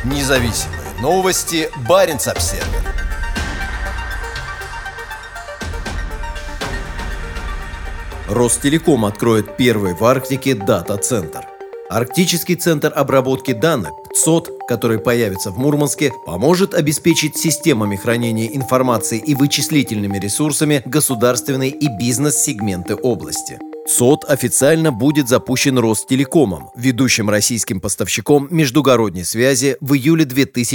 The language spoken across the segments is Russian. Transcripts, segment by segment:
Независимые новости. Баренц-Обсервер. Ростелеком откроет первый в Арктике дата-центр. Арктический центр обработки данных ЦОД, который появится в Мурманске, поможет обеспечить системами хранения информации и вычислительными ресурсами государственные и бизнес-сегменты области. ЦОД официально будет запущен Ростелекомом, ведущим российским поставщиком междугородней связи, в июле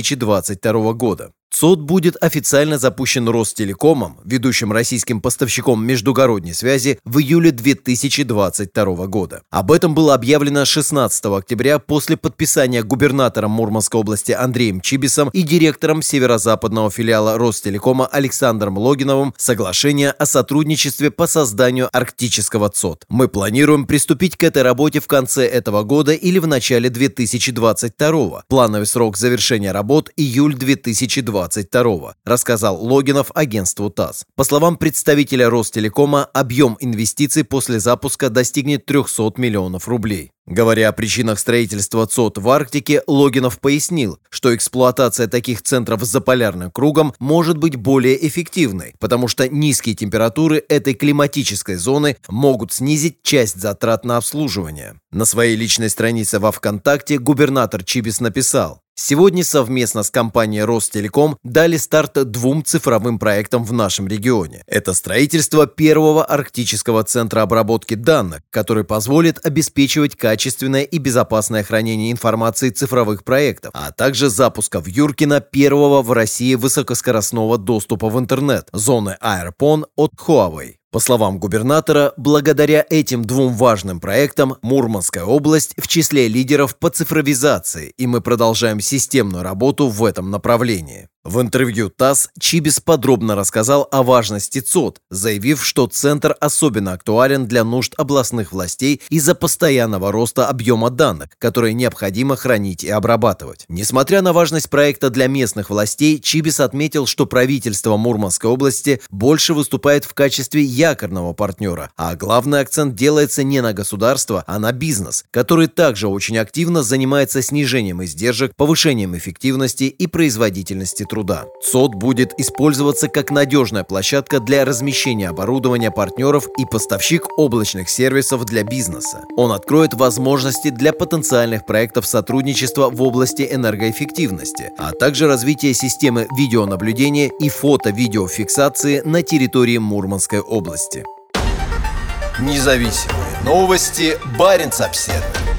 2022 года. ЦОД будет официально запущен Ростелекомом, ведущим российским поставщиком междугородней связи, в июле 2022 года. Об этом было объявлено 16 октября после подписания губернатором Мурманской области Андреем Чибисом и директором северо-западного филиала Ростелекома Александром Логиновым соглашения о сотрудничестве по созданию арктического ЦОД. Мы планируем приступить к этой работе в конце этого года или в начале 2022. Плановый срок завершения работ – июль 2022, рассказал Логинов агентству ТАСС. По словам представителя Ростелекома, объем инвестиций после запуска достигнет 300 миллионов рублей. Говоря о причинах строительства ЦОД в Арктике, Логинов пояснил, что эксплуатация таких центров с заполярным кругом может быть более эффективной, потому что низкие температуры этой климатической зоны могут снизить часть затрат на обслуживание. На своей личной странице во ВКонтакте губернатор Чибис написал: «Сегодня совместно с компанией Ростелеком дали старт 2 цифровым проектам в нашем регионе. Это строительство первого арктического центра обработки данных, который позволит обеспечивать качественное и безопасное хранение информации цифровых проектов, а также запуска в Юркино первого в России высокоскоростного доступа в интернет, зоны AirPON от Huawei». По словам губернатора, благодаря этим 2 важным проектам Мурманская область в числе лидеров по цифровизации, и мы продолжаем системную работу в этом направлении. В интервью ТАСС Чибис подробно рассказал о важности ЦОД, заявив, что центр особенно актуален для нужд областных властей из-за постоянного роста объема данных, которые необходимо хранить и обрабатывать. Несмотря на важность проекта для местных властей, Чибис отметил, что правительство Мурманской области больше выступает в качестве якорного партнера, а главный акцент делается не на государство, а на бизнес, который также очень активно занимается снижением издержек, повышением эффективности и производительности труда. ЦОД будет использоваться как надежная площадка для размещения оборудования партнеров и поставщик облачных сервисов для бизнеса. Он откроет возможности для потенциальных проектов сотрудничества в области энергоэффективности, а также развития системы видеонаблюдения и фото-видеофиксации на территории Мурманской области. Независимые новости. Баренц-Обсервер.